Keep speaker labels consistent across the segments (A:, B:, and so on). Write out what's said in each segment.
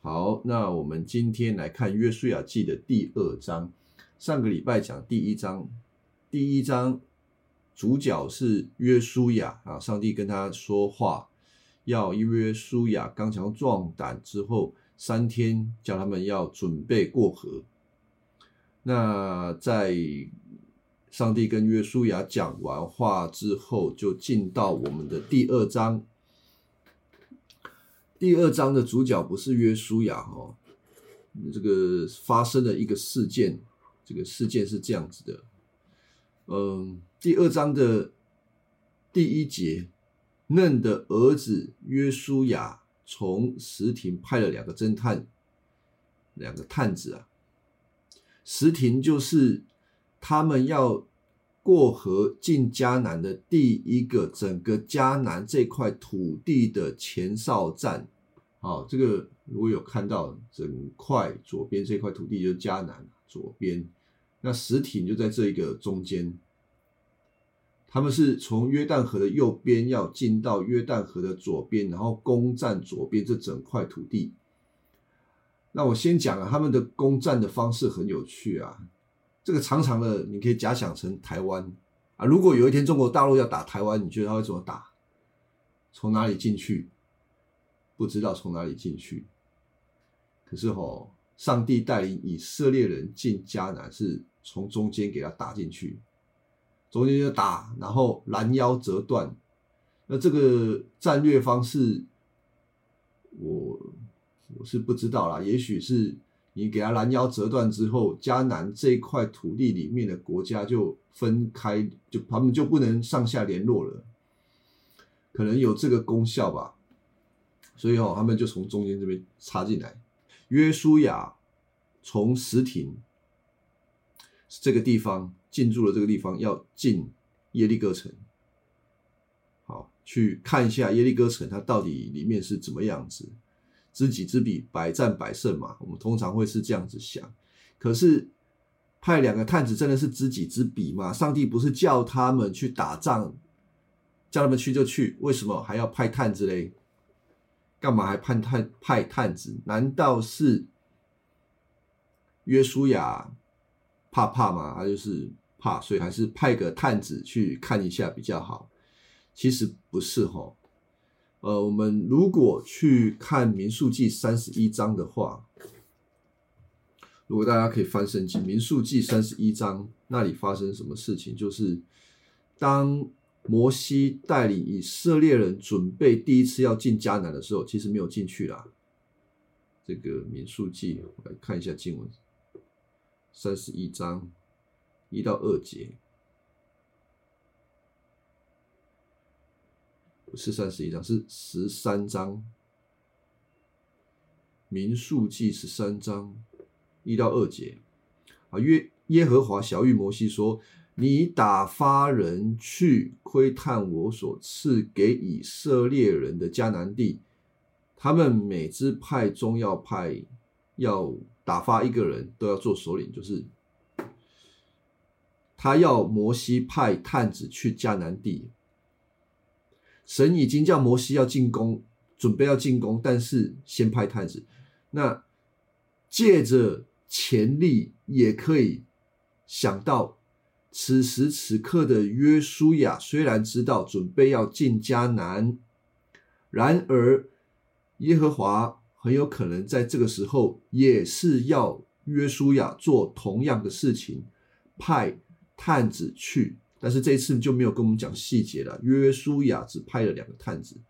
A: 好，那我们今天来看约书亚记的第2章。上个礼拜讲第1章，第1章主角是约书亚啊，上帝跟他说话，要约书亚刚强壮胆之后3天，叫他们要准备过河。那在上帝跟约书亚讲完话之后，就进到我们的第2章。第2章的主角不是约书亚这个发生了一个事件，这个事件是这样子的。第2章的第1节，嫩的儿子约书亚从什亭派了2个侦探，2个探子啊。什亭就是他们要过河进迦南的第一个整个迦南这块土地的前哨站。好，这个如果有看到整块左边这块土地就是迦南左边，那什亭就在这一个中间。他们是从约旦河的右边要进到约旦河的左边，然后攻占左边这整块土地。那我先讲他们的攻占的方式很有趣啊。这个长长的你可以假想成台湾啊，如果有一天中国大陆要打台湾，你觉得他会怎么打？从哪里进去？不知道从哪里进去。可是上帝带领以色列人进迦南是从中间给他打进去，中间就打，然后拦腰折断。那这个战略方式我是不知道啦，也许是你给他拦腰折断之后，迦南这一块土地里面的国家就分开，他们就不能上下联络了，可能有这个功效吧。所以他们就从中间这边插进来。约书亚从什亭这个地方进驻了这个地方，要进耶利哥城。好，去看一下耶利哥城它到底里面是怎么样子，知己知彼，百战百胜嘛，我们通常会是这样子想。可是派2个探子真的是知己知彼吗？上帝不是叫他们去打仗，叫他们去就去，为什么还要派探子嘞？干嘛还派探子？难道是约书亚怕吗？他就是怕，所以还是派个探子去看一下比较好。其实不是我们如果去看民数记31章的话，如果大家可以翻圣经，民数记31章那里发生什么事情？就是当摩西带领以色列人准备第一次要进迦南的时候，其实没有进去啦。这个民数记，我来看一下经文，31章1到2节，不是31章，是13章。民数记13章1到2节啊，耶和华晓谕摩西说：“你打发人去窥探我所赐给以色列人的迦南地，他们每支派中要打发1个人，都要做首领，就是他要摩西派探子去迦南地。神已经叫摩西要进攻，准备要进攻，但是先派探子。那借着潜力也可以想到，此时此刻的约书亚虽然知道准备要进迦南，然而耶和华很有可能在这个时候也是要约书亚做同样的事情，派探子去。但是这一次就没有跟我们讲细节了，约书亚只派了2个探子。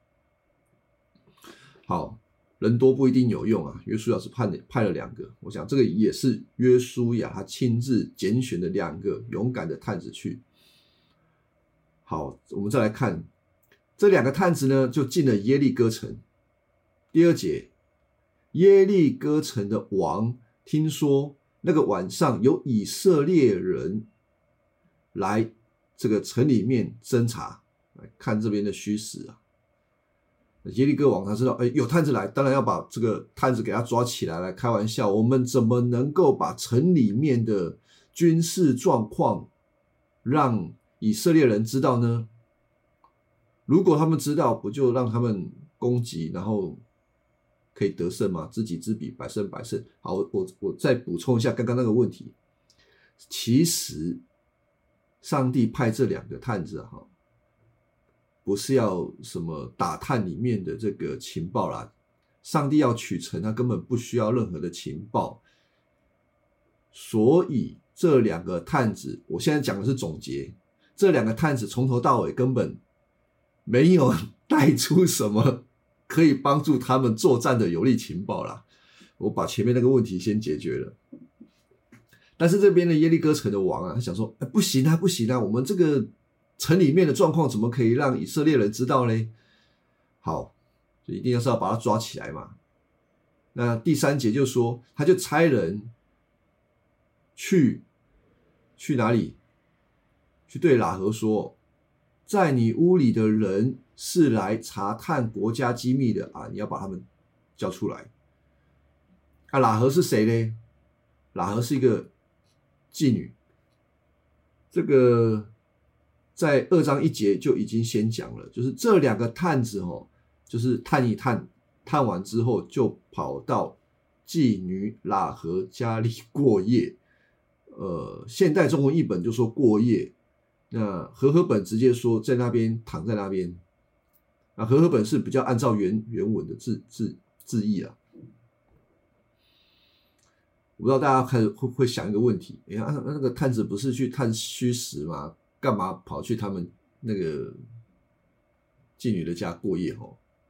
A: 好，人多不一定有用啊，约书亚只派了2个，我想这个也是约书亚他亲自拣选的2个勇敢的探子去。好，我们再来看这2个探子呢，就进了耶利哥城。第2节，耶利哥城的王听说那个晚上有以色列人来这个城里面侦查，来看这边的虚实啊。耶利哥王他知道，有探子来，当然要把这个探子给他抓起来。来开玩笑，我们怎么能够把城里面的军事状况让以色列人知道呢？如果他们知道，不就让他们攻击，然后可以得胜吗？知己知彼，百胜百胜。好，我再补充一下刚刚那个问题。其实，上帝派这2个探子哈，不是要什么打探里面的这个情报啦。上帝要取城，他根本不需要任何的情报。所以这2个探子，我现在讲的是总结，这2个探子从头到尾根本没有带出什么可以帮助他们作战的有利情报啦。我把前面那个问题先解决了。但是这边的耶利哥城的王啊，他想说，不行啊，不行啊，我们这个城里面的状况怎么可以让以色列人知道呢？好，就一定要把他抓起来嘛。那第3节就说，他就差人去哪里？去对喇合说，在你屋里的人是来查探国家机密的啊，你要把他们交出来。啊，喇合是谁呢？喇合是一个妓女，这个在2章1节就已经先讲了，就是这2个探子就是探一探，探完之后就跑到妓女喇合家里过夜。现代中文译本就说过夜，那和合本直接说在那边躺在那边。那和合本是比较按照原文的字义啊。我不知道大家会想一个问题，那个探子不是去探虚实吗？干嘛跑去他们那个妓女的家过夜？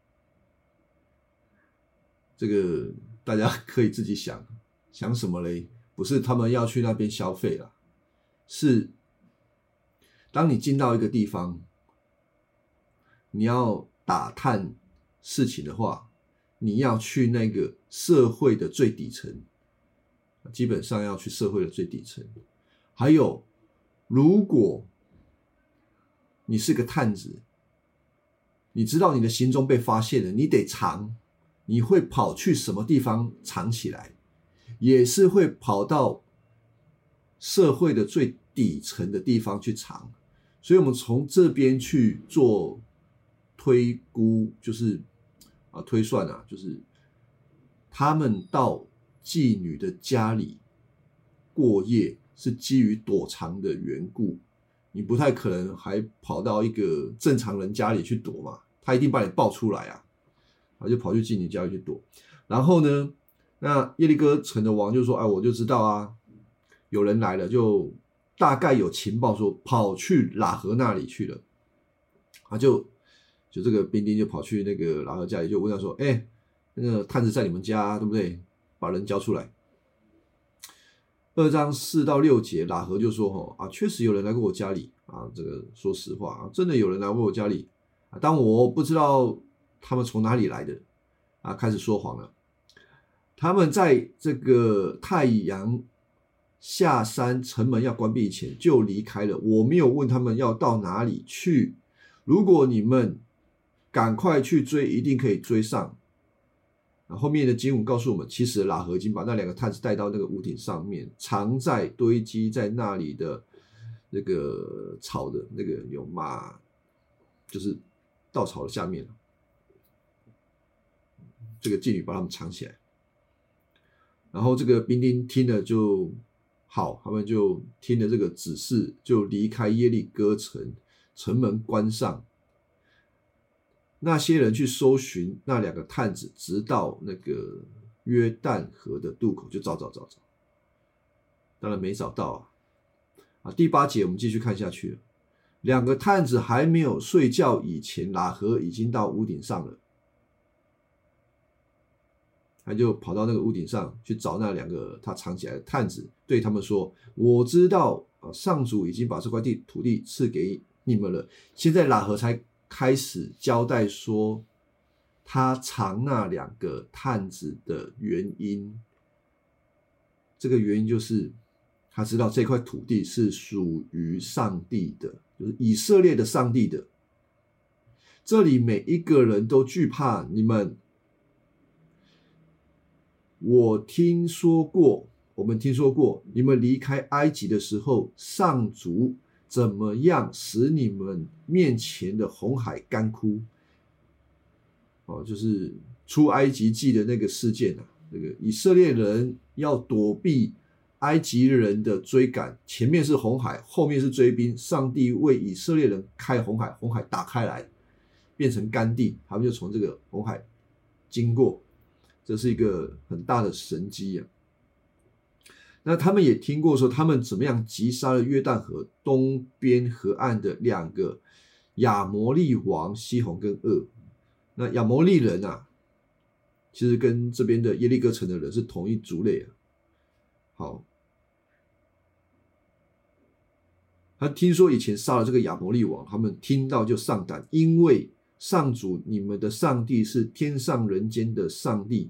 A: 这个大家可以自己想什么嘞？不是他们要去那边消费啦，是当你进到一个地方，你要打探事情的话，你要去那个社会的最底层。基本上要去社会的最底层。还有，如果你是个探子，你知道你的行踪被发现了，你得藏，你会跑去什么地方藏起来？也是会跑到社会的最底层的地方去藏。所以我们从这边去做推估，就是推算啊，就是他们到妓女的家里过夜是基于躲藏的缘故，你不太可能还跑到一个正常人家里去躲嘛，他一定把你抱出来啊，他就跑去妓女家里去躲。然后呢，那耶利哥城的王就说，我就知道啊，有人来了，就大概有情报说跑去喇合那里去了。就这个兵丁就跑去那个喇合家里，就问他说，那个探子在你们家对不对？把人交出来。2章4到6节，喇合就说确实有人来过我家里啊，这个说实话啊，真的有人来过我家里啊，但我不知道他们从哪里来的啊，开始说谎了。他们在这个太阳下山，城门要关闭前就离开了，我没有问他们要到哪里去。如果你们赶快去追，一定可以追上。后面的经文告诉我们，其实喇合已经把那2个探子带到那个屋顶上面，藏在堆积在那里的那个草的那个有马，就是稻草的下面。这个妓女把他们藏起来，然后这个兵丁听了就好，他们就听了这个指示，就离开耶利哥城，城门关上。那些人去搜寻那2个探子，直到那个约旦河的渡口，就找，当然没找到啊。第8节我们继续看下去了。2个探子还没有睡觉以前，喇合已经到屋顶上了，他就跑到那个屋顶上去找那2个他藏起来的探子，对他们说：“我知道上主已经把这块土地赐给你们了。”现在喇合才开始交代说他藏那2个探子的原因。这个原因就是他知道这块土地是属于上帝的，就是以色列的上帝的。这里每一个人都惧怕你们。我们听说过你们离开埃及的时候，上主怎么样使你们面前的红海干枯，就是出埃及记的那个事件啊，这个以色列人要躲避埃及人的追赶，前面是红海，后面是追兵，上帝为以色列人开红海，红海打开来变成干地，他们就从这个红海经过，这是一个很大的神迹啊。那他们也听过说他们怎么样击杀了约旦河东边河岸的2个亚摩利王西宏跟噩。那亚摩利人啊，其实跟这边的耶利哥城的人是同一族类啊。好，他听说以前杀了这个亚摩利王，他们听到就上胆，因为上主你们的上帝是天上人间的上帝。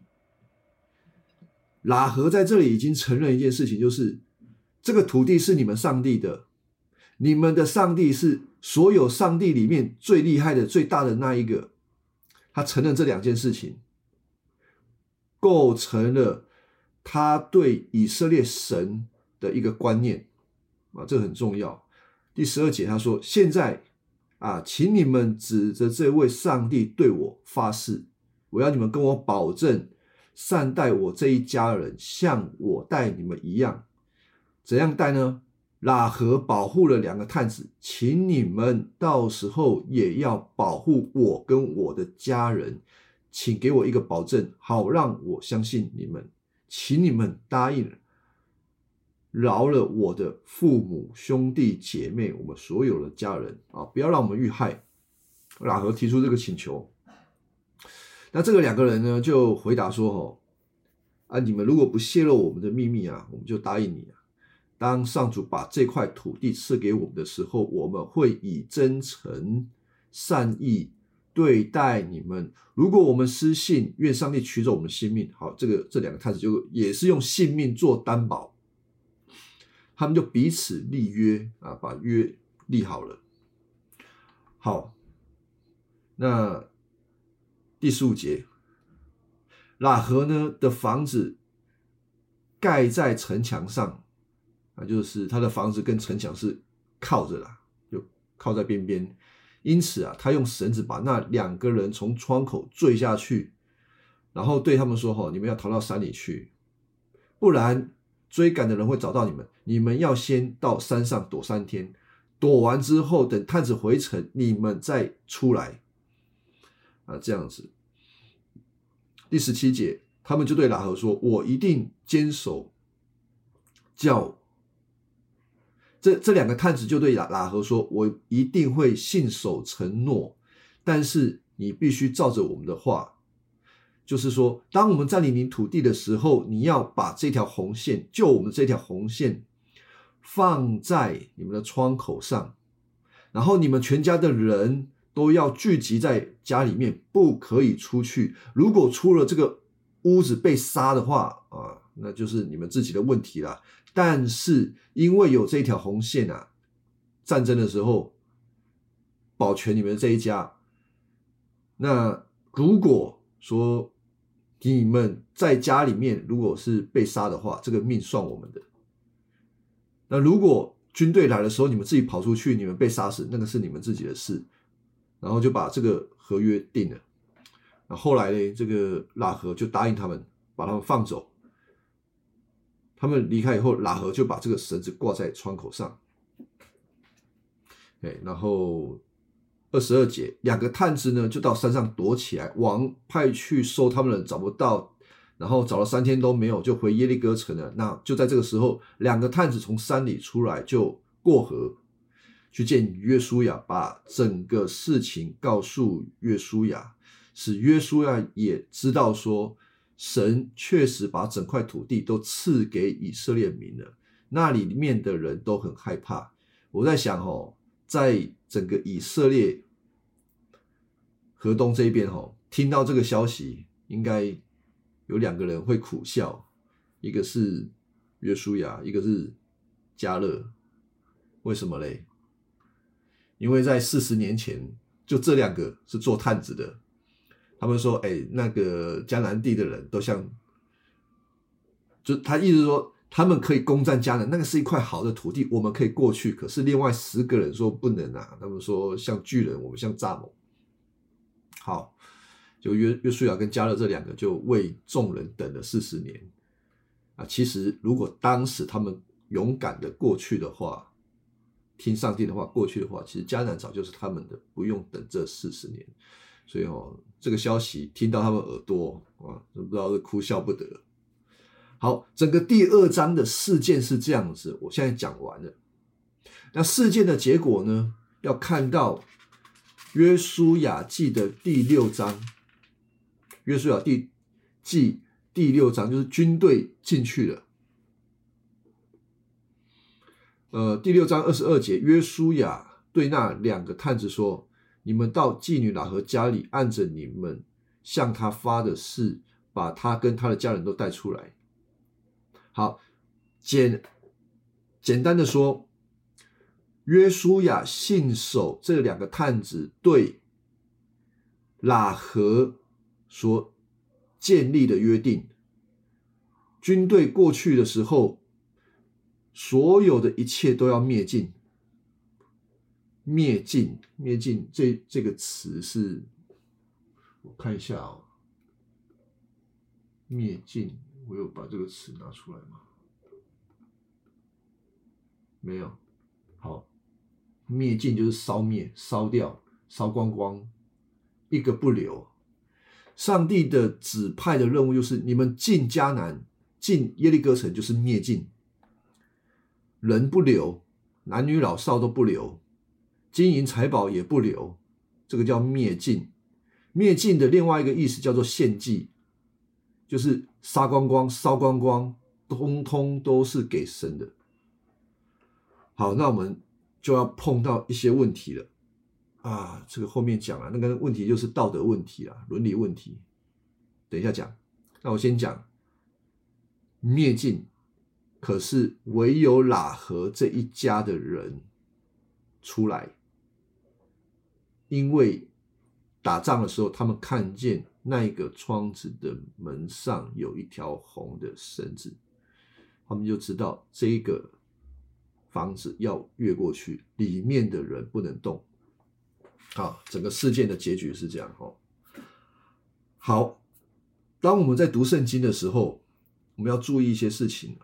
A: 喇合在这里已经承认一件事情，就是这个土地是你们上帝的，你们的上帝是所有上帝里面最厉害的最大的那一个。他承认这2件事情构成了他对以色列神的一个观念啊，这很重要。第12节他说，现在啊，请你们指着这位上帝对我发誓，我要你们跟我保证善待我这一家人，像我待你们一样。怎样待呢？喇合保护了2个探子，请你们到时候也要保护我跟我的家人，请给我一个保证，好让我相信你们，请你们答应饶了我的父母兄弟姐妹，我们所有的家人啊，不要让我们遇害。喇合提出这个请求，那这个2个人呢就回答说你们如果不泄露我们的秘密啊，我们就答应你啊。当上主把这块土地赐给我们的时候，我们会以真诚善意对待你们。如果我们失信，愿上帝取走我们的性命。好，这2个探子就也是用性命做担保，他们就彼此立约啊，把约立好了。好，那第15节，喇合呢的房子盖在城墙上。就是他的房子跟城墙是靠着啦，就靠在边边，因此啊，他用绳子把那2个人从窗口坠下去，然后对他们说你们要逃到山里去，不然追赶的人会找到你们，你们要先到山上躲3天，躲完之后等探子回城，你们再出来啊，这样子。第17节，他们就对喇合说，我一定坚守叫这2个探子就对喇合说，我一定会信守承诺，但是你必须照着我们的话，就是说当我们占领你土地的时候，你要把这条红线，就我们这条红线放在你们的窗口上，然后你们全家的人都要聚集在家里面，不可以出去。如果出了这个屋子被杀的话啊，那就是你们自己的问题啦。但是因为有这条红线啊，战争的时候保全你们这一家。那如果说你们在家里面如果是被杀的话，这个命算我们的。那如果军队来的时候你们自己跑出去，你们被杀死，那个是你们自己的事。然后就把这个合约定了。那后来呢，这个喇合就答应他们，把他们放走。他们离开以后，喇合就把这个绳子挂在窗口上。然后22节，2个探子呢就到山上躲起来，王派去搜他们的人找不到，然后找了3天都没有，就回耶利哥城了。那就在这个时候，2个探子从山里出来，就过河去见约书亚，把整个事情告诉约书亚，使约书亚也知道说神确实把整块土地都赐给以色列民了，那里面的人都很害怕。我在想在整个以色列河东这一边听到这个消息，应该有2个人会苦笑，一个是约书亚，一个是迦勒。为什么嘞？因为在40年前，就这2个是做探子的。他们说那个迦南地的人都像，就他意思是说他们可以攻占迦南，那个是一块好的土地，我们可以过去。可是另外10个人说不能啊，他们说像巨人，我们像蚱蜢。好， 就约书亚跟迦勒这两个就为众人等了40年啊。其实如果当时他们勇敢的过去的话，听上帝的话过去的话，其实迦南早就是他们的，不用等这40年。所以这个消息听到他们耳朵啊，不知道是哭笑不得。好，整个第2章的事件是这样子，我现在讲完了。那事件的结果呢，要看到约书亚记的第6章。约书亚记第6章就是军队进去了。第6章22节，约书亚对那2个探子说：“你们到妓女喇合家里，按着你们向他发的誓，把他跟他的家人都带出来。”好，简单的说，约书亚信守这2个探子对喇合所建立的约定。军队过去的时候，所有的一切都要灭尽。灭尽这个词是，我看一下灭尽，我有把这个词拿出来吗？没有。好，灭尽就是烧灭、烧掉、烧光光，一个不留。上帝的指派的任务就是你们进迦南，进耶利哥城，就是灭尽，人不留，男女老少都不留，金银财宝也不留，这个叫灭尽。灭尽的另外一个意思叫做献祭，就是杀光光、烧光光，通通都是给神的。好，那我们就要碰到一些问题了啊，这个后面讲了，那个问题就是道德问题啦，伦理问题，等一下讲。那我先讲灭尽，可是唯有喇合这一家的人出来，因为打仗的时候，他们看见那个窗子的门上有一条红的绳子，他们就知道这个房子要越过去，里面的人不能动。好，整个事件的结局是这样。好，当我们在读圣经的时候，我们要注意一些事情。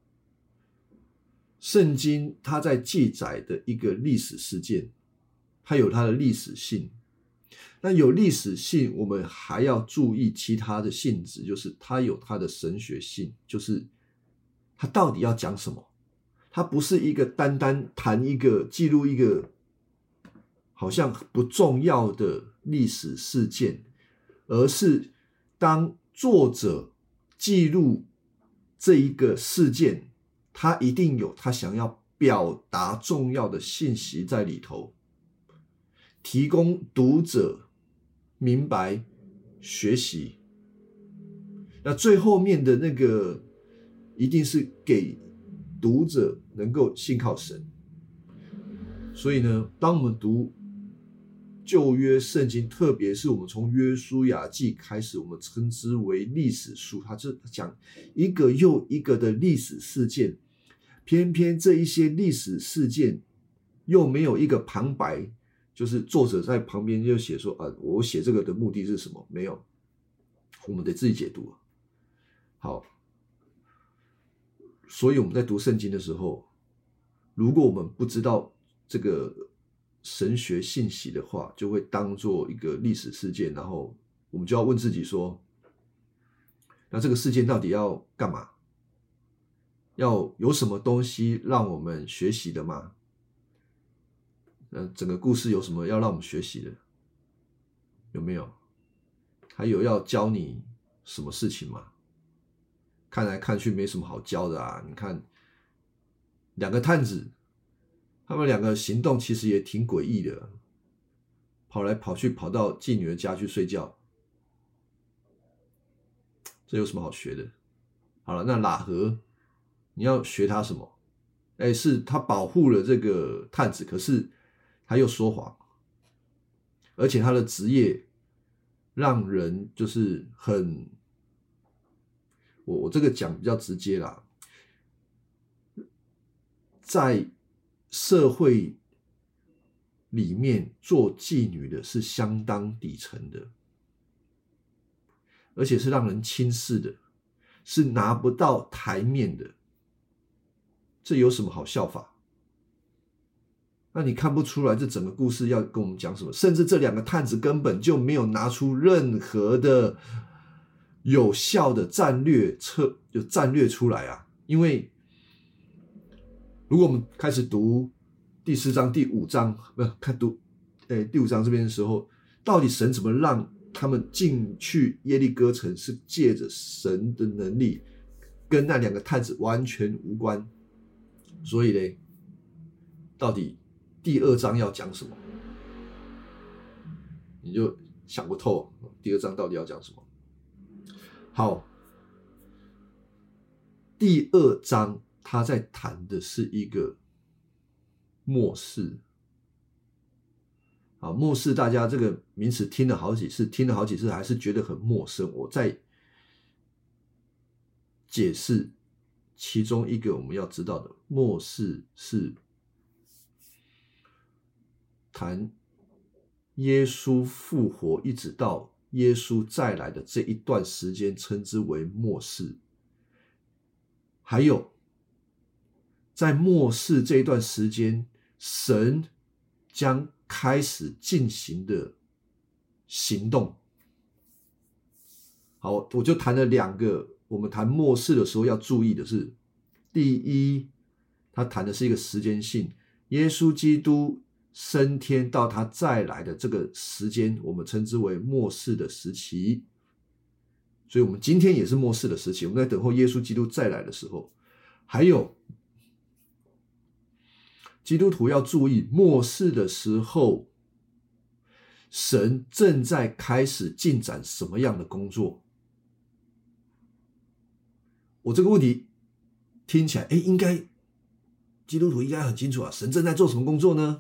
A: 圣经它在记载的一个历史事件，它有它的历史性。那有历史性，我们还要注意其他的性质，就是它有它的神学性，就是它到底要讲什么。它不是一个单单谈一个记录一个好像不重要的历史事件，而是当作者记录这一个事件，他一定有他想要表达重要的信息在里头，提供读者明白学习。那最后面的那个一定是给读者能够信靠神。所以呢，当我们读旧约圣经，特别是我们从约书亚记开始，我们称之为历史书，它就讲一个又一个的历史事件，偏偏这一些历史事件又没有一个旁白，就是作者在旁边就写说我写这个的目的是什么？没有，我们得自己解读。好，所以我们在读圣经的时候，如果我们不知道这个神学信息的话，就会当作一个历史事件，然后我们就要问自己说，那这个事件到底要干嘛？要有什么东西让我们学习的吗？整个故事有什么要让我们学习的？有没有？还有要教你什么事情吗？看来看去没什么好教的啊！你看2个探子，他们2个行动其实也挺诡异的，跑来跑去，跑到妓女的家去睡觉，这有什么好学的？好了，那喇合你要学他什么？是他保护了这个探子，可是他又说谎，而且他的职业让人就是很，我这个讲比较直接啦，在社会里面做妓女的是相当底层的， 而且是让人轻视的，是拿不到台面的，这有什么好效法？那你看不出来这整个故事要跟我们讲什么？甚至这2个探子根本就没有拿出任何的有效的战略出来啊！因为如果我们开始读第4章、第5章，第5章这边的时候，到底神怎么让他们进去耶利哥城，是借着神的能力，跟那2个探子完全无关。所以呢，到底第2章要讲什么，你就想不透第2章到底要讲什么。好，第2章他在谈的是一个末世。好，末世大家这个名词听了好几次还是觉得很陌生。我再解释其中一个我们要知道的，末世是谈耶稣复活一直到耶稣再来的这一段时间，称之为末世。还有在末世这一段时间，神将开始进行的行动。好，我就谈了2个，我们谈末世的时候要注意的是，第一，他谈的是一个时间性，耶稣基督升天到他再来的这个时间，我们称之为末世的时期。所以我们今天也是末世的时期，我们在等候耶稣基督再来的时候。还有基督徒要注意，末世的时候神正在开始进展什么样的工作。我这个问题听起来应该基督徒应该很清楚啊，神正在做什么工作呢？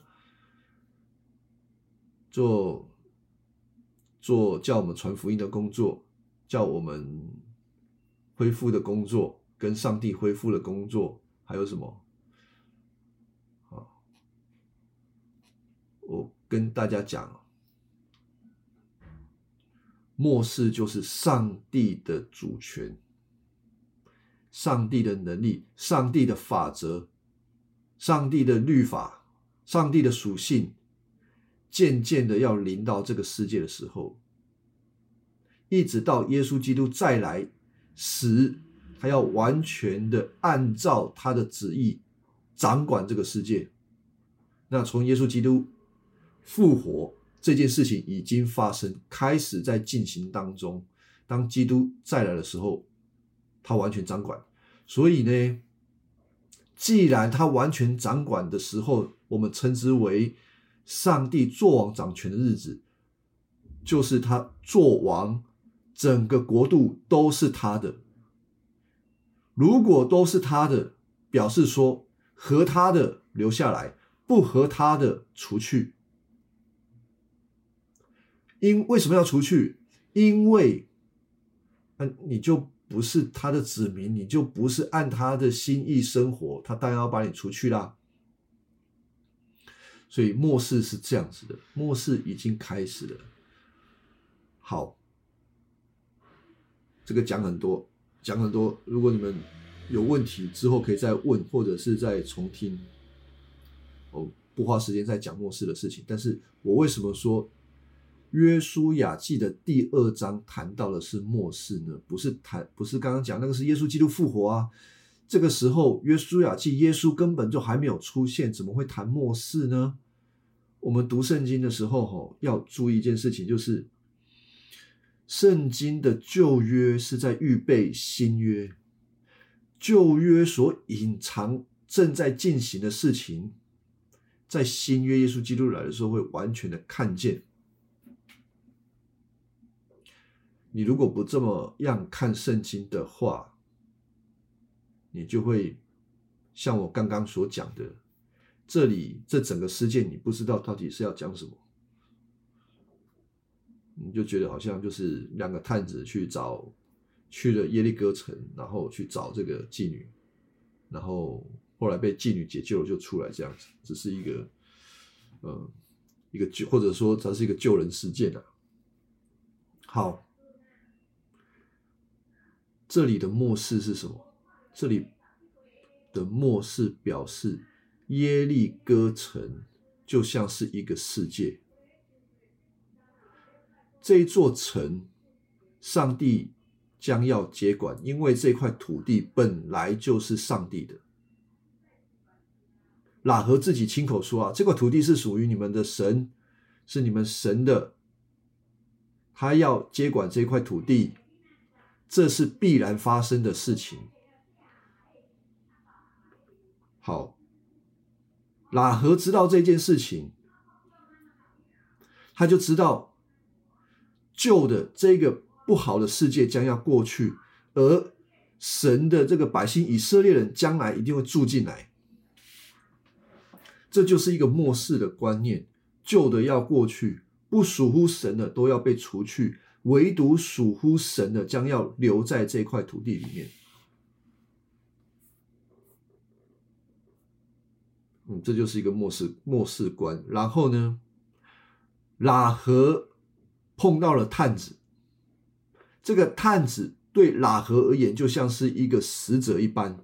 A: 做叫我们传福音的工作，叫我们恢复的工作，跟上帝恢复的工作，还有什么？我跟大家讲，末世就是上帝的主权，上帝的能力，上帝的法则，上帝的律法，上帝的属性，渐渐的要临到这个世界的时候，一直到耶稣基督再来时，他要完全的按照他的旨意掌管这个世界。那从耶稣基督复活这件事情已经发生，开始在进行当中。当基督再来的时候，他完全掌管。所以呢，既然他完全掌管的时候，我们称之为上帝作王掌权的日子，就是他作王，整个国度都是他的。如果都是他的，表示说合他的留下来，不合他的除去。为什么要除去？因为你就不是他的子民，你就不是按他的心意生活，他当然要把你除去啦。所以末世是这样子的，末世已经开始了。好，这个讲很多，如果你们有问题之后可以再问，或者是再重听。我不花时间再讲末世的事情，但是我为什么说约书亚记的第2章谈到的是末世呢？不是刚刚讲那个是耶稣基督复活啊。这个时候约书亚记耶稣根本就还没有出现，怎么会谈末世呢？我们读圣经的时候要注意一件事情，就是圣经的旧约是在预备新约，旧约所隐藏正在进行的事情，在新约耶稣基督来的时候会完全的看见。你如果不这么样看圣经的话，你就会像我刚刚所讲的，这整个事件你不知道到底是要讲什么，你就觉得好像就是2个探子去了耶利哥城，然后去找这个妓女，然后后来被妓女解救了就出来，这样子，只是一个或者说它是一个救人事件啊。好， 这里的末世是什么？这里的末世表示耶利哥城就像是一个世界，这一座城上帝将要接管，因为这块土地本来就是上帝的。喇合自己亲口说啊，这块土地是属于你们的神，是你们神的，他要接管这块土地，这是必然发生的事情。好，喇合知道这件事情，他就知道旧的这个不好的世界将要过去，而神的这个百姓以色列人将来一定会住进来。这就是一个末世的观念，旧的要过去，不属乎神的都要被除去，唯独属乎神的将要留在这块土地里面。这就是一个末世观。然后呢，喇合碰到了探子，这个探子对喇合而言就像是一个使者一般。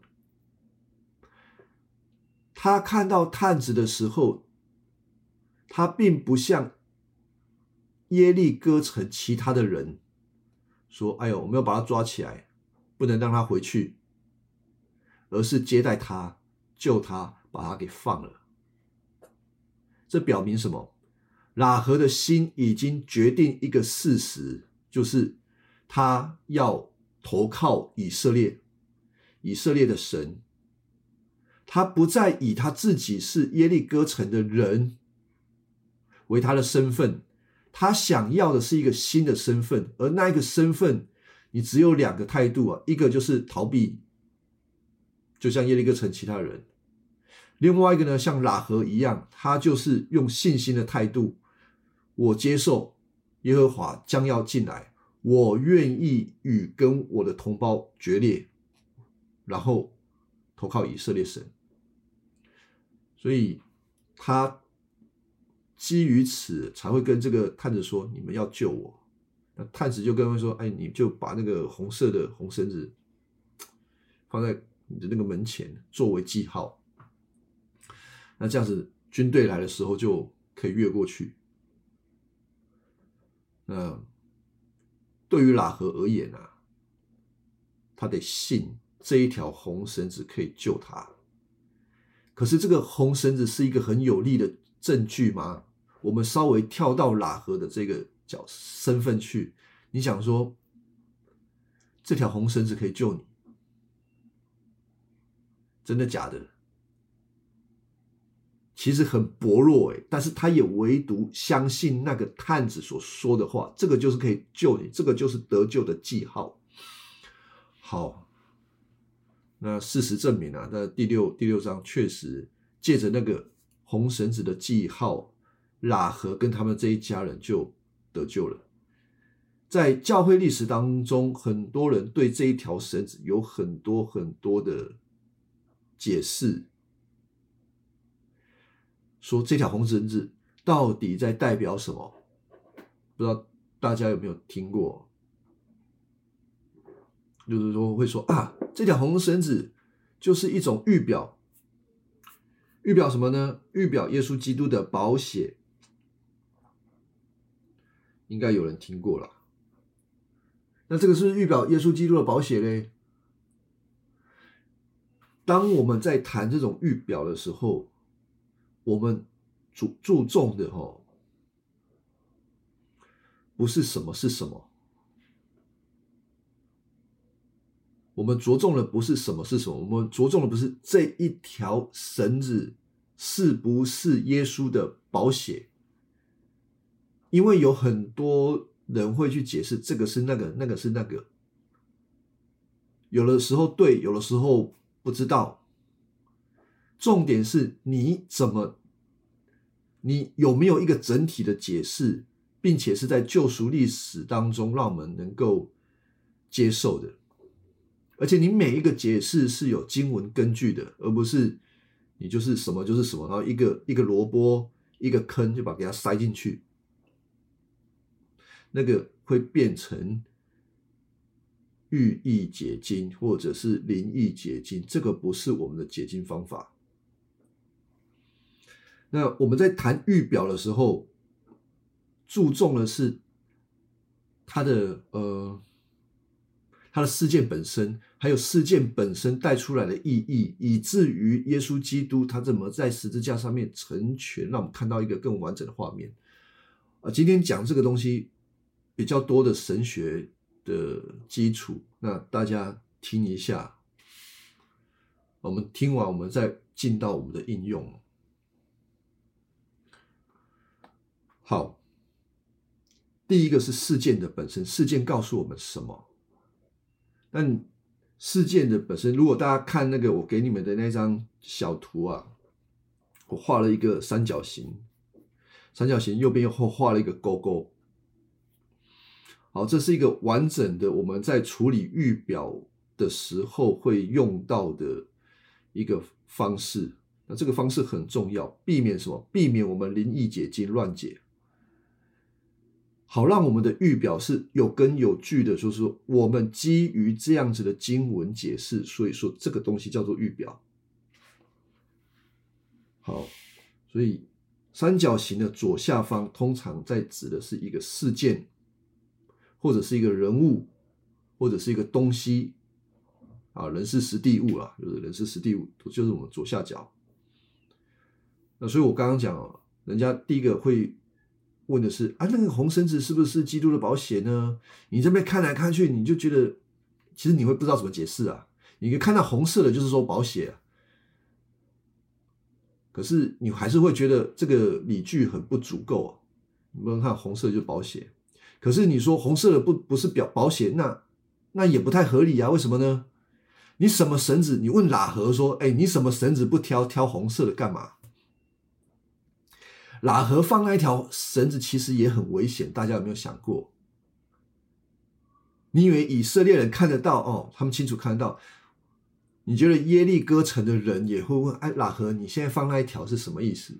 A: 他看到探子的时候，他并不像耶利哥城其他的人说：“哎呦，我们要把他抓起来，不能让他回去。”而是接待他，救他，把他给放了。这表明什么？喇合的心已经决定一个事实，就是他要投靠以色列的神。他不再以他自己是耶利哥城的人为他的身份，他想要的是一个新的身份，而那一个身份，你只有两个态度啊，一个就是逃避，就像耶利哥城其他人；另外一个呢，像喇合一样，他就是用信心的态度，我接受耶和华将要进来，我愿意与跟我的同胞决裂，然后投靠以色列神。所以他基于此才会跟这个探子说：“你们要救我。”那探子就跟他们说：“哎，你就把那个红色的红绳子放在你的那个门前，作为记号。那这样子，军队来的时候就可以越过去。”那对于喇合而言啊，他得信这一条红绳子可以救他。可是这个红绳子是一个很有力的证据吗？我们稍微跳到喇合的这个身份去，你想说这条红绳子可以救你，真的假的？其实很薄弱但是他也唯独相信那个探子所说的话，这个就是可以救你，这个就是得救的记号。好，那事实证明啊，那第六章确实借着那个红绳子的记号，喇合跟他们这一家人就得救了。在教会历史当中，很多人对这一条绳子有很多的解释，说这条红绳子到底在代表什么？不知道大家有没有听过？就是说会说啊，这条红绳子就是一种预表什么呢？预表耶稣基督的宝血，应该有人听过了。那这个是预表耶稣基督的宝血嘞？当我们在谈这种预表的时候，我们注重的不是什么是什么。我们着重的不是什么是什么，我们着重的不是这一条绳子是不是耶稣的宝血，因为有很多人会去解释这个是那个，那个是那个，有的时候对，有的时候不知道。重点是你有没有一个整体的解释，并且是在救赎历史当中让我们能够接受的。而且你每一个解释是有经文根据的，而不是你就是什么就是什么，然后一个萝卜一个坑就把给它塞进去，那个会变成寓意解经或者是灵意解经，这个不是我们的解经方法。那我们在谈预表的时候，注重的是它的事件本身，还有事件本身带出来的意义，以至于耶稣基督他怎么在十字架上面成全，让我们看到一个更完整的画面。今天讲这个东西比较多的神学的基础，那大家听一下，我们听完我们再进到我们的应用。好，第一个是事件的本身，事件告诉我们什么？但事件的本身，如果大家看那个我给你们的那张小图啊，我画了一个三角形，三角形右边又画了一个勾勾。好，这是一个完整的我们在处理预表的时候会用到的一个方式。那这个方式很重要，避免什么？避免我们灵意解经乱解。好，让我们的预表是有根有据的，就是说我们基于这样子的经文解释，所以说这个东西叫做预表。好，所以三角形的左下方通常在指的是一个事件，或者是一个人物，或者是一个东西啊，人事时地物啊，就是人事时地物，就是我们左下角。那所以我刚刚讲，人家第一个会问的是啊，那个红绳子是不是基督的宝血呢？你这边看来看去，你就觉得其实你会不知道怎么解释啊。你看到红色的，就是说宝血啊，可是你还是会觉得这个理据很不足够啊。你不能看红色就是宝血，可是你说红色的不是宝血，那也不太合理啊。为什么呢？你什么绳子？你问喇合说，你什么绳子不挑红色的干嘛？喇合放那一条绳子其实也很危险，大家有没有想过？你以为以色列人看得到哦？他们清楚看得到。你觉得耶利哥城的人也会问：喇合，你现在放那一条是什么意思？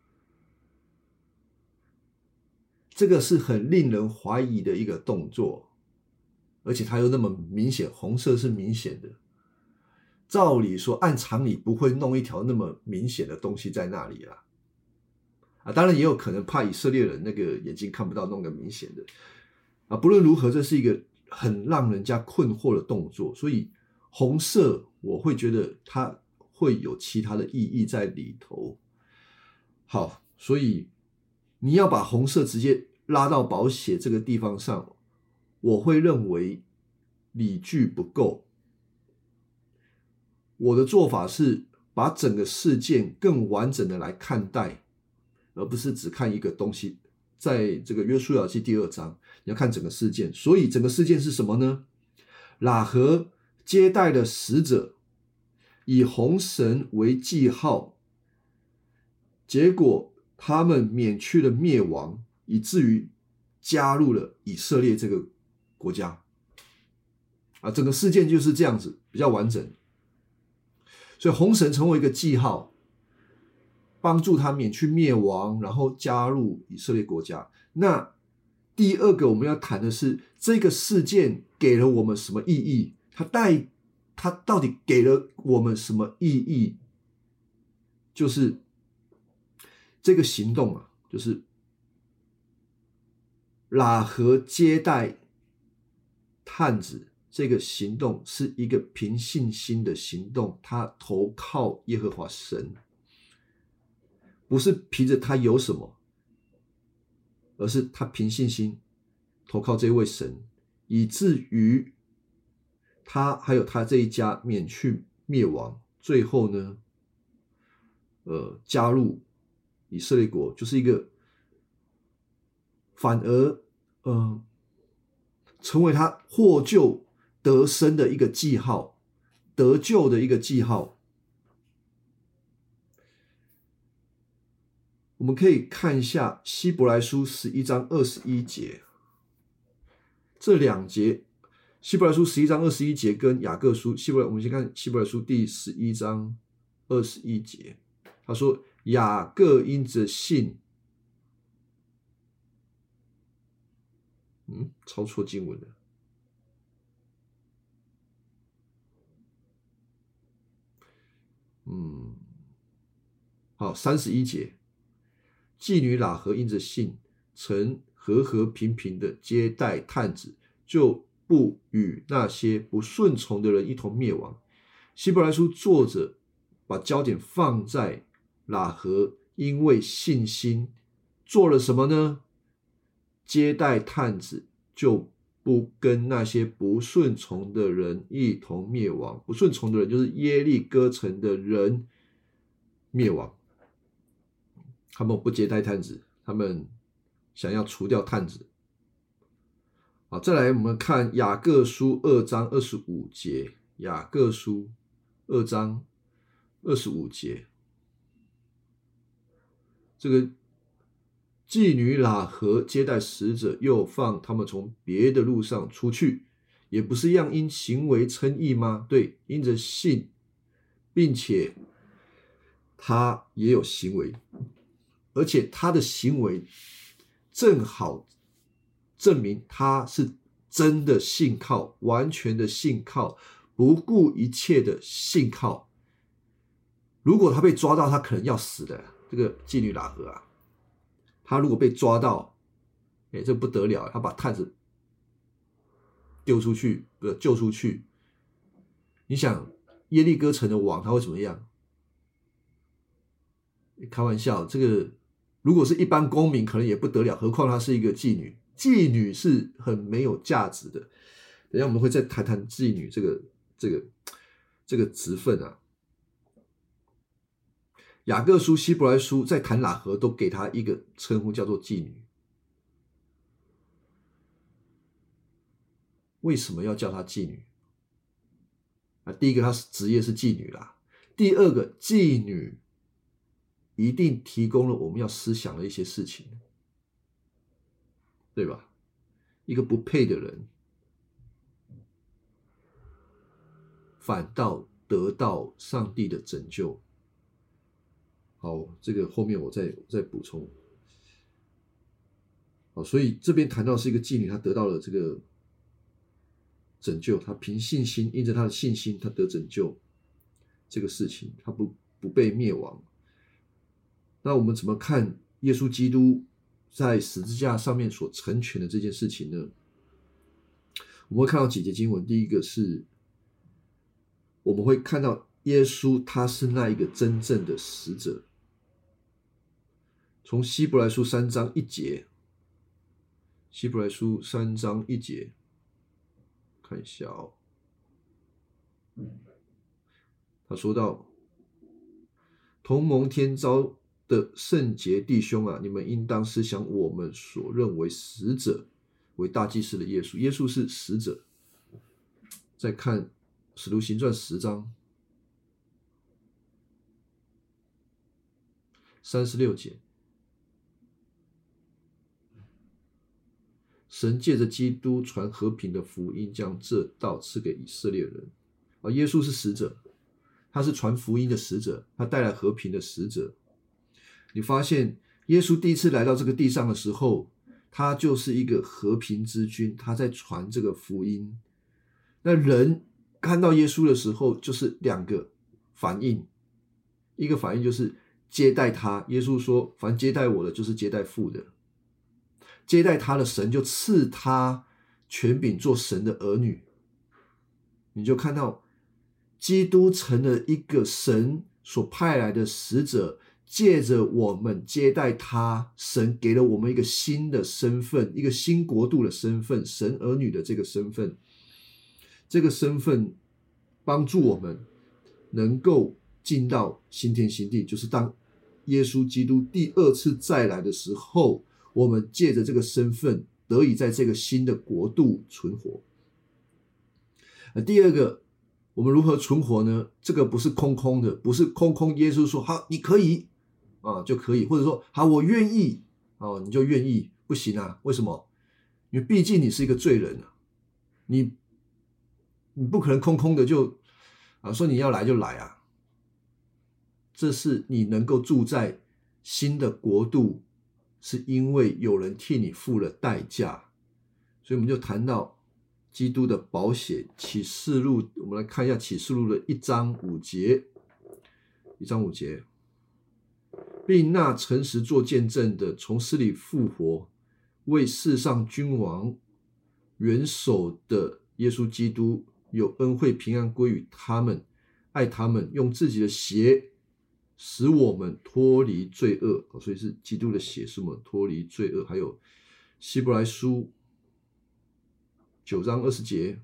A: 这个是很令人怀疑的一个动作，而且它又那么明显，红色是明显的。照理说，按常理不会弄一条那么明显的东西在那里啊。当然也有可能怕以色列人那个眼睛看不到，弄个明显的。不论如何，这是一个很让人家困惑的动作，所以红色我会觉得它会有其他的意义在里头。好，所以你要把红色直接拉到宝血这个地方上，我会认为理据不够。我的做法是把整个事件更完整的来看待，而不是只看一个东西。在这个约书亚记第2章，你要看整个事件。所以整个事件是什么呢？喇合接待了使者，以红绳为记号，结果他们免去了灭亡，以至于加入了以色列这个国家。整个事件就是这样子，比较完整。所以红绳成为一个记号，帮助他免去灭亡，然后加入以色列国家。那第二个我们要谈的是，这个事件给了我们什么意义？它到底给了我们什么意义？就是这个行动啊，就是喇合接待探子这个行动是一个凭信心的行动，他投靠耶和华神，不是凭着他有什么，而是他凭信心投靠这位神，以至于他还有他这一家免去灭亡，最后呢，加入以色列国，就是一个反而成为他获救得生的一个记号，得救的一个记号。我们可以看一下希伯来书11章21节，这两节，希伯来书11章21节跟雅各书我们先看希伯来书第11章21节，他说雅各因着信，抄错经文了。 好，31节，妓女喇合因着信，曾和和平平的接待探子，就不与那些不顺从的人一同灭亡。希伯来书作者把焦点放在喇合因为信心做了什么呢？接待探子，就不跟那些不顺从的人一同灭亡。不顺从的人就是耶利哥城的人灭亡。他们不接待探子，他们想要除掉探子。好，再来我们看雅各书2章25节，雅各书2章25节，这个妓女喇合接待使者，又放他们从别的路上出去，也不是样因行为称义吗？对，因着信，并且他也有行为，而且他的行为正好证明他是真的信靠，完全的信靠，不顾一切的信靠。如果他被抓到，他可能要死的。这个妓女喇合啊，他如果被抓到，这不得了，他把探子丢出去，救出去。你想耶利哥城的王他会怎么样？开玩笑，这个如果是一般公民可能也不得了，何况她是一个妓女。妓女是很没有价值的。等一下我们会再谈谈妓女这个职分啊。雅各书、希伯来书在谈喇合都给她一个称呼，叫做妓女。为什么要叫她妓女？第一个，她职业是妓女啦。第二个，妓女一定提供了我们要思想的一些事情，对吧？一个不配的人，反倒得到上帝的拯救。好，这个后面我再补充。好，所以这边谈到是一个妓女，她得到了这个拯救，她凭信心，因着她的信心，她得拯救这个事情，她不被灭亡。那我们怎么看耶稣基督在十字架上面所成全的这件事情呢？我们会看到几节经文。第一个是我们会看到耶稣他是那一个真正的使者。从希伯来书3章1节，希伯来书3章1节，看一下哦。他说到，同蒙天召的圣洁弟兄啊，你们应当思想我们所认为使者为大祭司的耶稣。耶稣是使者。再看使徒行传10章36节，神借着基督传和平的福音，将这道赐给以色列人。耶稣是使者，他是传福音的使者，他带来和平的使者。你发现耶稣第一次来到这个地上的时候，他就是一个和平之君，他在传这个福音。那人看到耶稣的时候，就是两个反应。一个反应就是接待他，耶稣说凡接待我的就是接待父的，接待他的神就赐他权柄做神的儿女。你就看到基督成了一个神所派来的使者，借着我们接待他，神给了我们一个新的身份，一个新国度的身份，神儿女的这个身份。这个身份帮助我们能够进到新天新地，就是当耶稣基督第二次再来的时候，我们借着这个身份得以在这个新的国度存活。第二个，我们如何存活呢？这个不是空空的，不是空空耶稣说好你可以就可以，或者说好我愿意你就愿意，不行啊。为什么？因为毕竟你是一个罪人啊，你不可能空空的就说你要来就来啊。这是你能够住在新的国度，是因为有人替你付了代价。所以我们就谈到基督的宝血。启示录，我们来看一下启示录的1章5节。 1章5节，并那诚实做见证的，从死里复活，为世上君王元首的耶稣基督，有恩惠平安归于他们，爱他们，用自己的血使我们脱离罪恶。所以是基督的血使我们脱离罪恶。还有希伯来书9章20节，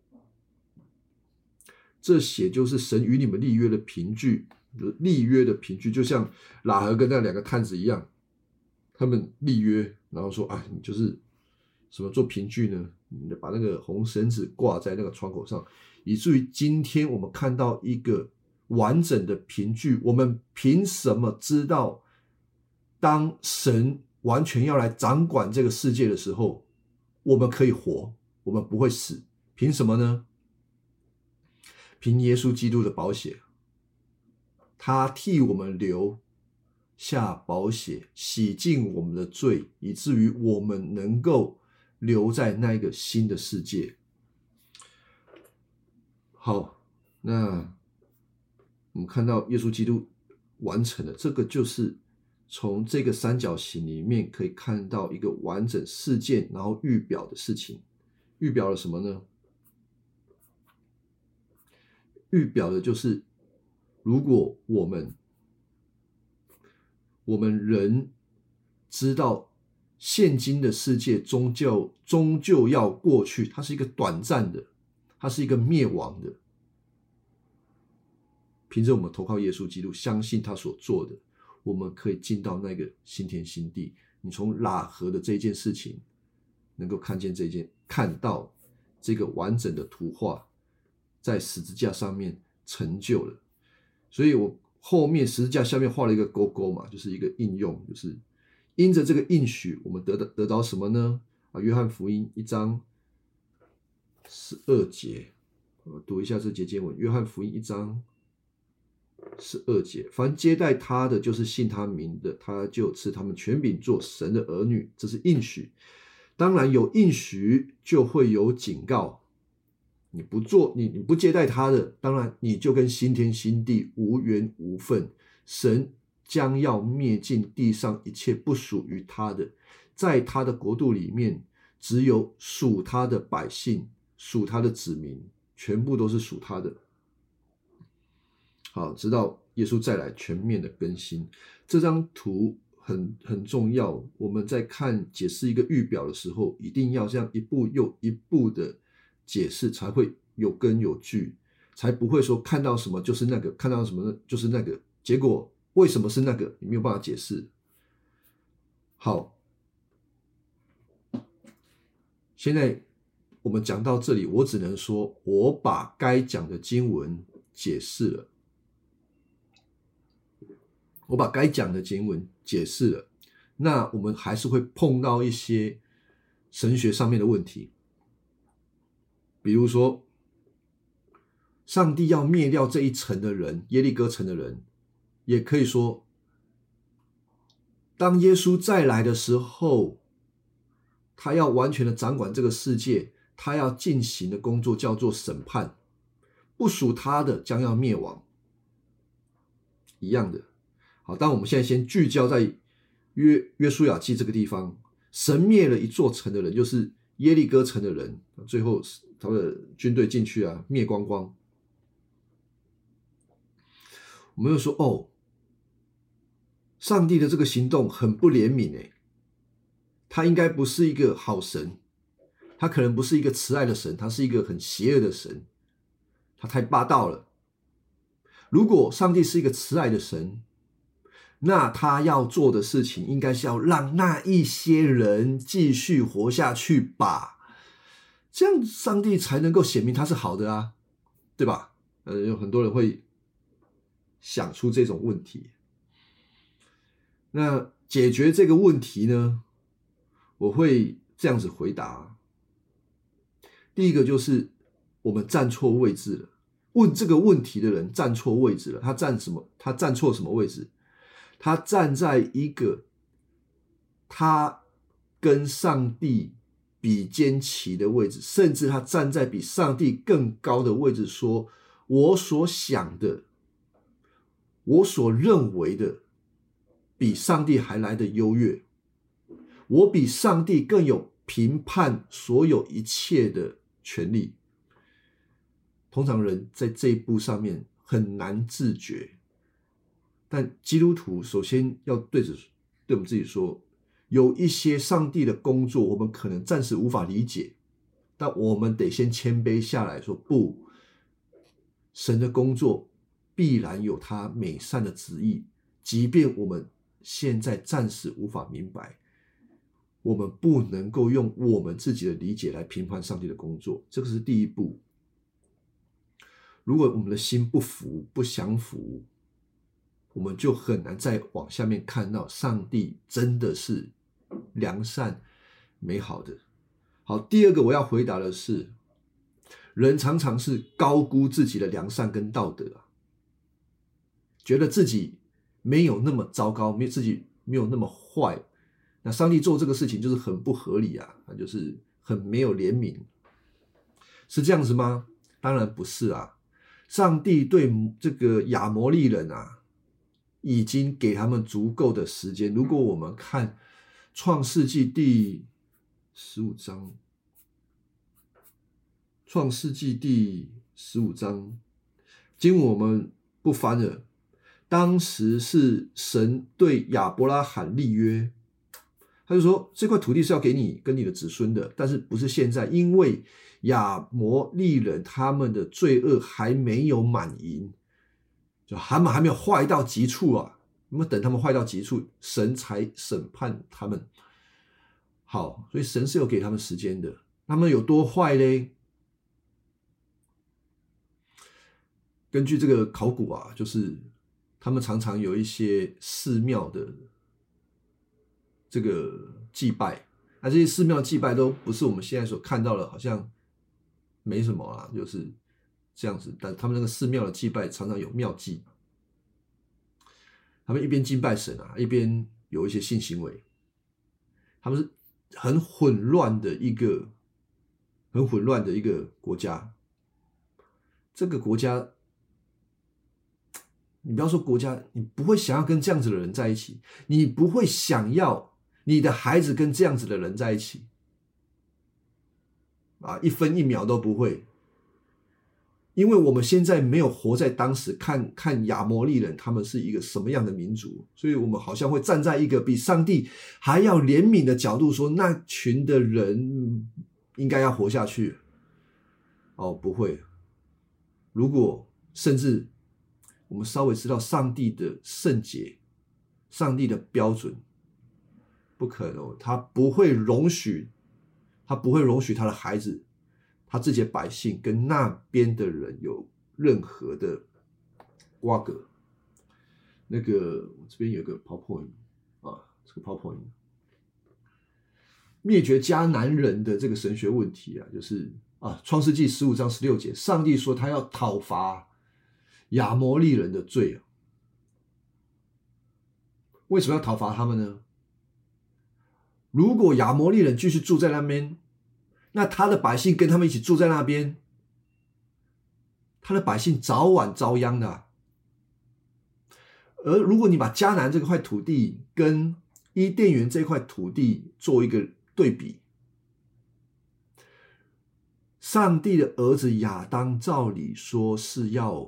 A: 这血就是神与你们立约的凭据，立约的凭据，就像喇合跟那2个探子一样，他们立约，然后说你就是什么做凭据呢？你把那个红绳子挂在那个窗口上，以至于今天我们看到一个完整的凭据。我们凭什么知道当神完全要来掌管这个世界的时候，我们可以活，我们不会死？凭什么呢？凭耶稣基督的宝血，他替我们留下宝血，洗净我们的罪，以至于我们能够留在那个新的世界。好，那我们看到耶稣基督完成了，这个就是从这个三角形里面可以看到一个完整事件，然后预表的事情。预表了什么呢？预表的就是如果我们人知道现今的世界终究要过去，它是一个短暂的，它是一个灭亡的。凭着我们投靠耶稣基督，相信他所做的，我们可以进到那个新天新地。你从喇合的这件事情能够看到这个完整的图画在十字架上面成就了。所以我后面十字架下面画了一个勾勾嘛，就是一个应用，就是因着这个应许，我们得到什么呢？约翰福音1章12节，我读一下这节经文。约翰福音1章12节，凡接待他的，就是信他名的，他就赐他们权柄做神的儿女。这是应许。当然有应许就会有警告，你不接待他的，当然你就跟新天新地无缘无分。神将要灭尽地上一切不属于他的，在他的国度里面，只有属他的百姓，属他的子民，全部都是属他的。好，直到耶稣再来全面的更新。这张图很重要，我们在解释一个预表的时候，一定要这样一步又一步的解释，才会有根有据，才不会说看到什么就是那个，看到什么就是那个，结果为什么是那个你没有办法解释。好，现在我们讲到这里，我只能说我把该讲的经文解释了，那我们还是会碰到一些神学上面的问题，比如说上帝要灭掉这一层的人，耶利哥城的人，也可以说当耶稣再来的时候，他要完全的掌管这个世界，他要进行的工作叫做审判，不属他的将要灭亡，一样的。好，但我们现在先聚焦在约书亚记这个地方，神灭了一座城的人，就是耶利哥城的人，最后他的军队进去灭光光。我们又说上帝的这个行动很不怜悯他应该不是一个好神，他可能不是一个慈爱的神，他是一个很邪恶的神，他太霸道了。如果上帝是一个慈爱的神，那他要做的事情应该是要让那一些人继续活下去吧，这样上帝才能够显明他是好的对吧？有很多人会想出这种问题。那解决这个问题呢，我会这样子回答。第一个就是我们站错位置了，问这个问题的人站错位置了。他站错什么位置？他站在一个他跟上帝比肩齐的位置，甚至他站在比上帝更高的位置，说我所想的， 我所认为的比上帝还来的优越，我比上帝更有评判所有一切的权利。通常人在这一步上面很难自觉，但基督徒首先要对我们自己说，有一些上帝的工作我们可能暂时无法理解，但我们得先谦卑下来说，不，神的工作必然有他美善的旨意，即便我们现在暂时无法明白，我们不能够用我们自己的理解来评判上帝的工作，这个是第一步。如果我们的心不服、不降服，我们就很难再往下面看到上帝真的是良善美好的。好，第二个我要回答的是，人常常是高估自己的良善跟道德觉得自己没有那么糟糕，自己没有那么坏，那上帝做这个事情就是很不合理啊，就是很没有怜悯，是这样子吗？当然不是啊。上帝对这个亚摩利人已经给他们足够的时间。如果我们看创世纪第15章，创世纪第15章，经文我们不翻了。当时是神对亚伯拉罕立约，他就说这块土地是要给你跟你的子孙的，但是不是现在，因为亚摩利人他们的罪恶还没有满盈，就他们还没有坏到极处啊，那么等他们坏到极处，神才审判他们。好，所以神是有给他们时间的。他们有多坏嘞？根据这个考古就是他们常常有一些寺庙的这个祭拜，这些寺庙祭拜都不是我们现在所看到的，好像没什么就是这样子。但他们那个寺庙的祭拜常常有庙祭，他们一边敬拜神一边有一些性行为，他们是很混乱的一个国家。这个国家，你不要说国家，你不会想要跟这样子的人在一起，你不会想要你的孩子跟这样子的人在一起一分一秒都不会。因为我们现在没有活在当时，看亚摩利人他们是一个什么样的民族，所以我们好像会站在一个比上帝还要怜悯的角度说，那群的人应该要活下去。不会。如果甚至我们稍微知道上帝的圣洁，上帝的标准，不可能，他不会容许他的孩子，他自己的百姓跟那边的人有任何的瓜葛。那个我这边有个 PowerPoint 这个 PowerPoint 灭绝迦南人的这个神学问题就是创世纪15章16节，上帝说他要讨伐亚摩利人的罪为什么要讨伐他们呢？如果亚摩利人继续住在那边，那他的百姓跟他们一起住在那边，他的百姓早晚遭殃的而如果你把迦南这块土地跟伊甸园这块土地做一个对比，上帝的儿子亚当照理说是要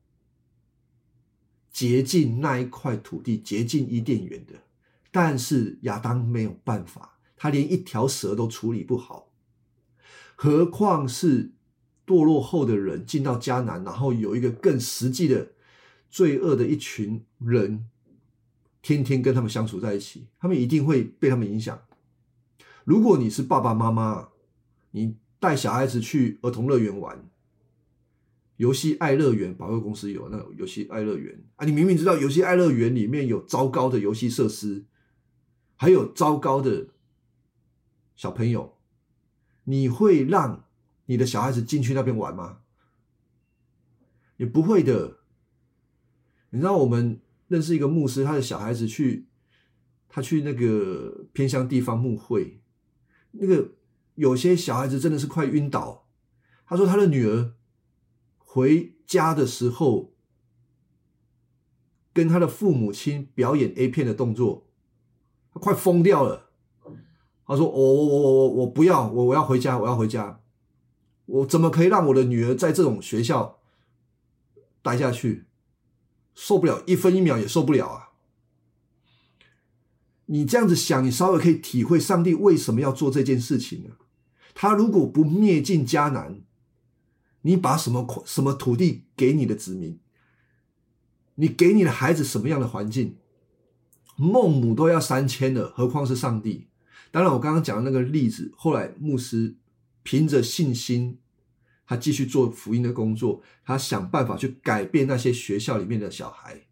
A: 洁净那一块土地，洁净伊甸园的，但是亚当没有办法，他连一条蛇都处理不好，何况是堕落后的人进到迦南，然后有一个更实际的罪恶的一群人天天跟他们相处在一起，他们一定会被他们影响。如果你是爸爸妈妈，你带小孩子去儿童乐园玩，游戏爱乐园，百货公司有那个游戏爱乐园你明明知道游戏爱乐园里面有糟糕的游戏设施，还有糟糕的小朋友，你会让你的小孩子进去那边玩吗？也不会的。你知道我们认识一个牧师，他的小孩子去那个偏乡地方牧会，那个有些小孩子真的是快晕倒。他说他的女儿回家的时候跟他的父母亲表演 A 片的动作，他快疯掉了。他说：“我不要，我要回家，我要回家。我怎么可以让我的女儿在这种学校待下去？受不了，一分一秒也受不了啊！”你这样子想，你稍微可以体会上帝为什么要做这件事情呢？他如果不灭尽迦南，你把什么土地给你的子民？你给你的孩子什么样的环境？孟母都要3000了，何况是上帝？当然，我刚刚讲的那个例子，后来牧师凭着信心，他继续做福音的工作，他想办法去改变那些学校里面的小孩。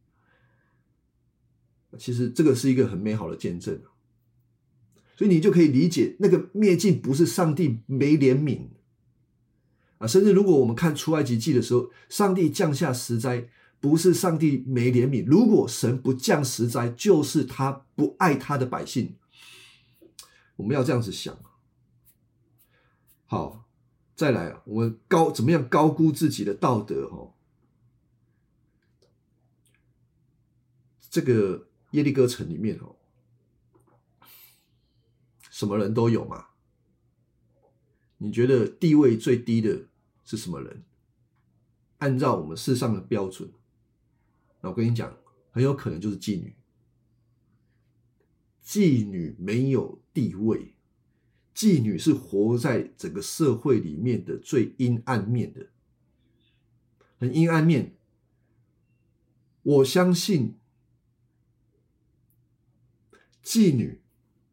A: 其实这个是一个很美好的见证，所以你就可以理解，那个灭尽不是上帝没怜悯啊，甚至如果我们看出埃及记的时候，上帝降下十灾，不是上帝没怜悯，如果神不降十灾，就是他不爱他的百姓。我们要这样子想。好，再来，我们怎么样高估自己的道德？这个耶利哥城里面什么人都有嘛？你觉得地位最低的是什么人？按照我们世上的标准，那我跟你讲，很有可能就是妓女。妓女没有地位，妓女是活在整个社会里面的最阴暗面的，很阴暗面。我相信妓女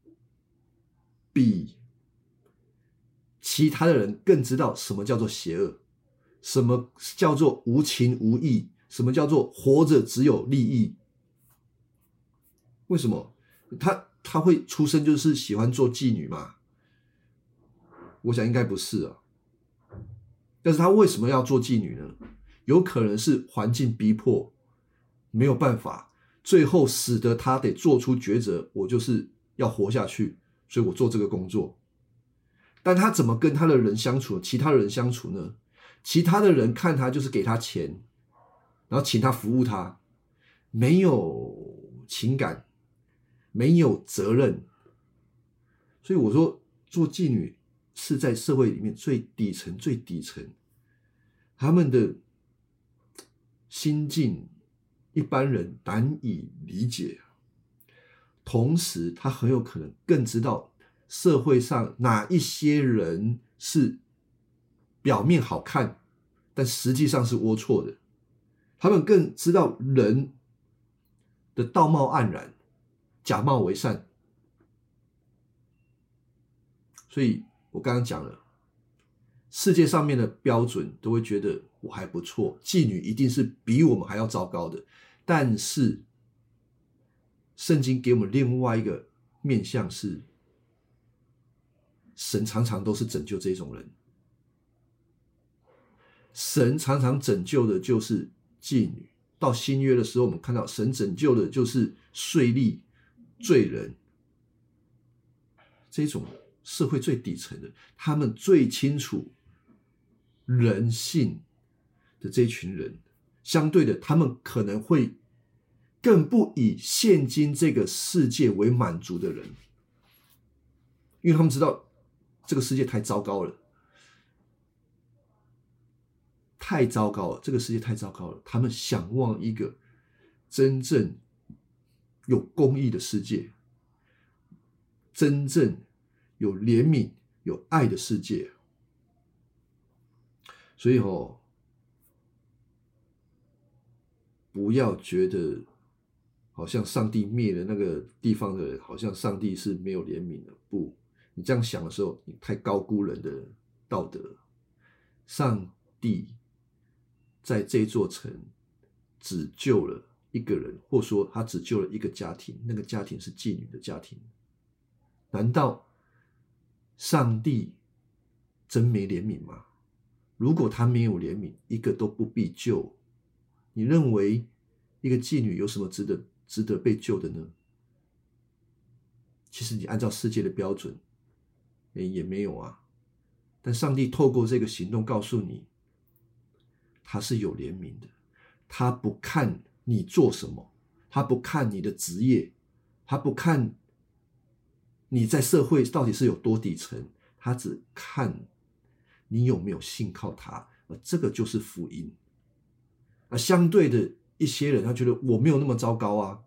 A: 比其他的人更知道什么叫做邪恶，什么叫做无情无义，什么叫做活着只有利益。为什么他会出生就是喜欢做妓女吗？我想应该不是啊。但是他为什么要做妓女呢？有可能是环境逼迫，没有办法，最后使得他得做出抉择，我就是要活下去，所以我做这个工作。但他怎么跟他的人相处，其他的人相处呢？其他的人看他就是给他钱，然后请他服务他，没有情感，没有责任。所以我说，做妓女是在社会里面最底层、最底层，他们的心境一般人难以理解。同时，他很有可能更知道社会上哪一些人是表面好看，但实际上是龌龊的。他们更知道人的道貌岸然，假冒为善。所以我刚刚讲了，世界上面的标准都会觉得我还不错，妓女一定是比我们还要糟糕的。但是圣经给我们另外一个面向是，神常常都是拯救这种人，神常常拯救的就是妓女。到新约的时候，我们看到神拯救的就是税吏、罪人，这种社会最底层的，他们最清楚人性的这一群人，相对的，他们可能会更不以现今这个世界为满足的人，因为他们知道这个世界太糟糕了，太糟糕了，这个世界太糟糕了。他们想望一个真正有公义的世界，真正有怜悯、有爱的世界。所以不要觉得好像上帝灭了那个地方的人，好像上帝是没有怜悯的。不，你这样想的时候，你太高估人的道德。上帝在这座城只救了一个人，或说他只救了一个家庭，那个家庭是妓女的家庭。难道上帝真没怜悯吗？如果他没有怜悯，一个都不必救。你认为一个妓女有什么值得被救的呢？其实你按照世界的标准，也没有啊。但上帝透过这个行动告诉你，他是有怜悯的，他不看你做什么， 他不看你的职业，他不看你在社会到底是有多底层，他只看你有没有信靠他，而这个就是福音。相对的一些人，他觉得我没有那么糟糕啊，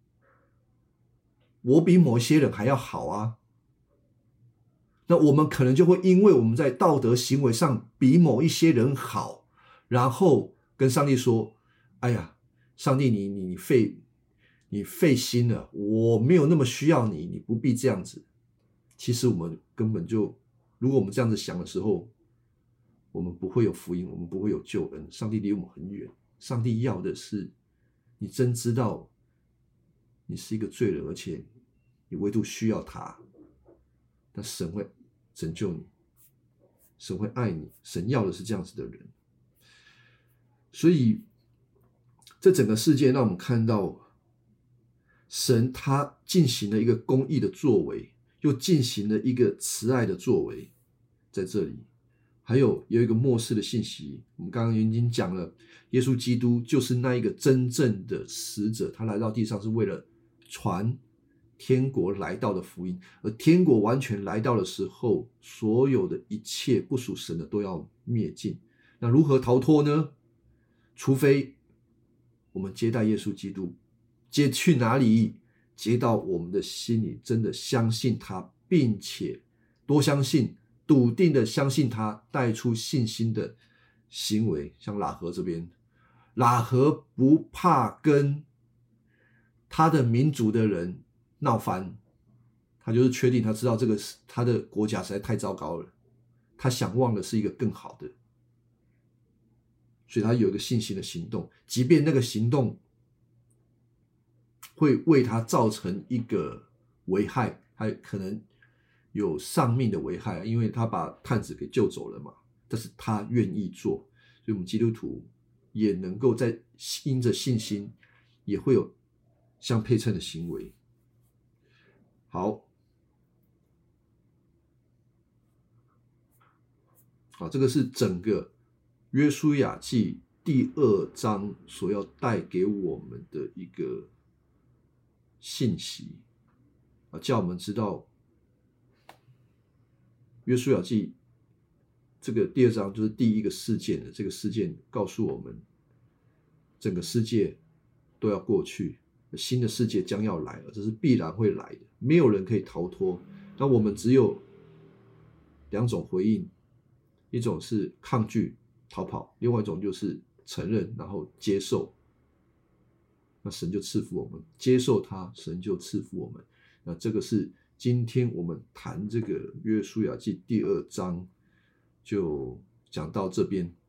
A: 我比某些人还要好啊。那我们可能就会因为我们在道德行为上比某一些人好，然后跟上帝说：“哎呀，上帝你费心了，我没有那么需要你，你不必这样子。”其实我们根本就，如果我们这样子想的时候，我们不会有福音，我们不会有救恩。上帝离我们很远，上帝要的是你真知道你是一个罪人，而且你唯独需要他。那神会拯救你，神会爱你，神要的是这样子的人。所以这整个世界让我们看到神他进行了一个公义的作为，又进行了一个慈爱的作为在这里。还有一个末世的信息，我们刚刚已经讲了，耶稣基督就是那一个真正的使者，他来到地上是为了传天国来到的福音，而天国完全来到的时候，所有的一切不属神的都要灭尽。那如何逃脱呢？除非我们接待耶稣基督，接去哪里？接到我们的心里，真的相信他，并且多相信，笃定的相信他，带出信心的行为。像喇合这边，喇合不怕跟他的民族的人闹翻，他就是确定他知道这个他的国家实在太糟糕了，他想望的是一个更好的，所以他有一个信心的行动，即便那个行动会为他造成一个危害，还可能有丧命的危害，因为他把探子给救走了嘛，但是他愿意做，所以我们基督徒也能够在因着信心也会有相配称的行为。好，这个是整个约书亚记第2章所要带给我们的一个信息，叫我们知道约书亚记这个第2章就是第一个事件的，这个事件告诉我们整个世界都要过去，新的世界将要来了，这是必然会来的，没有人可以逃脱。那我们只有2种回应，一种是抗拒逃跑，另外一种就是承认然后接受，那神就赐福我们，接受他，神就赐福我们。那这个是今天我们谈这个约书亚记第2章就讲到这边。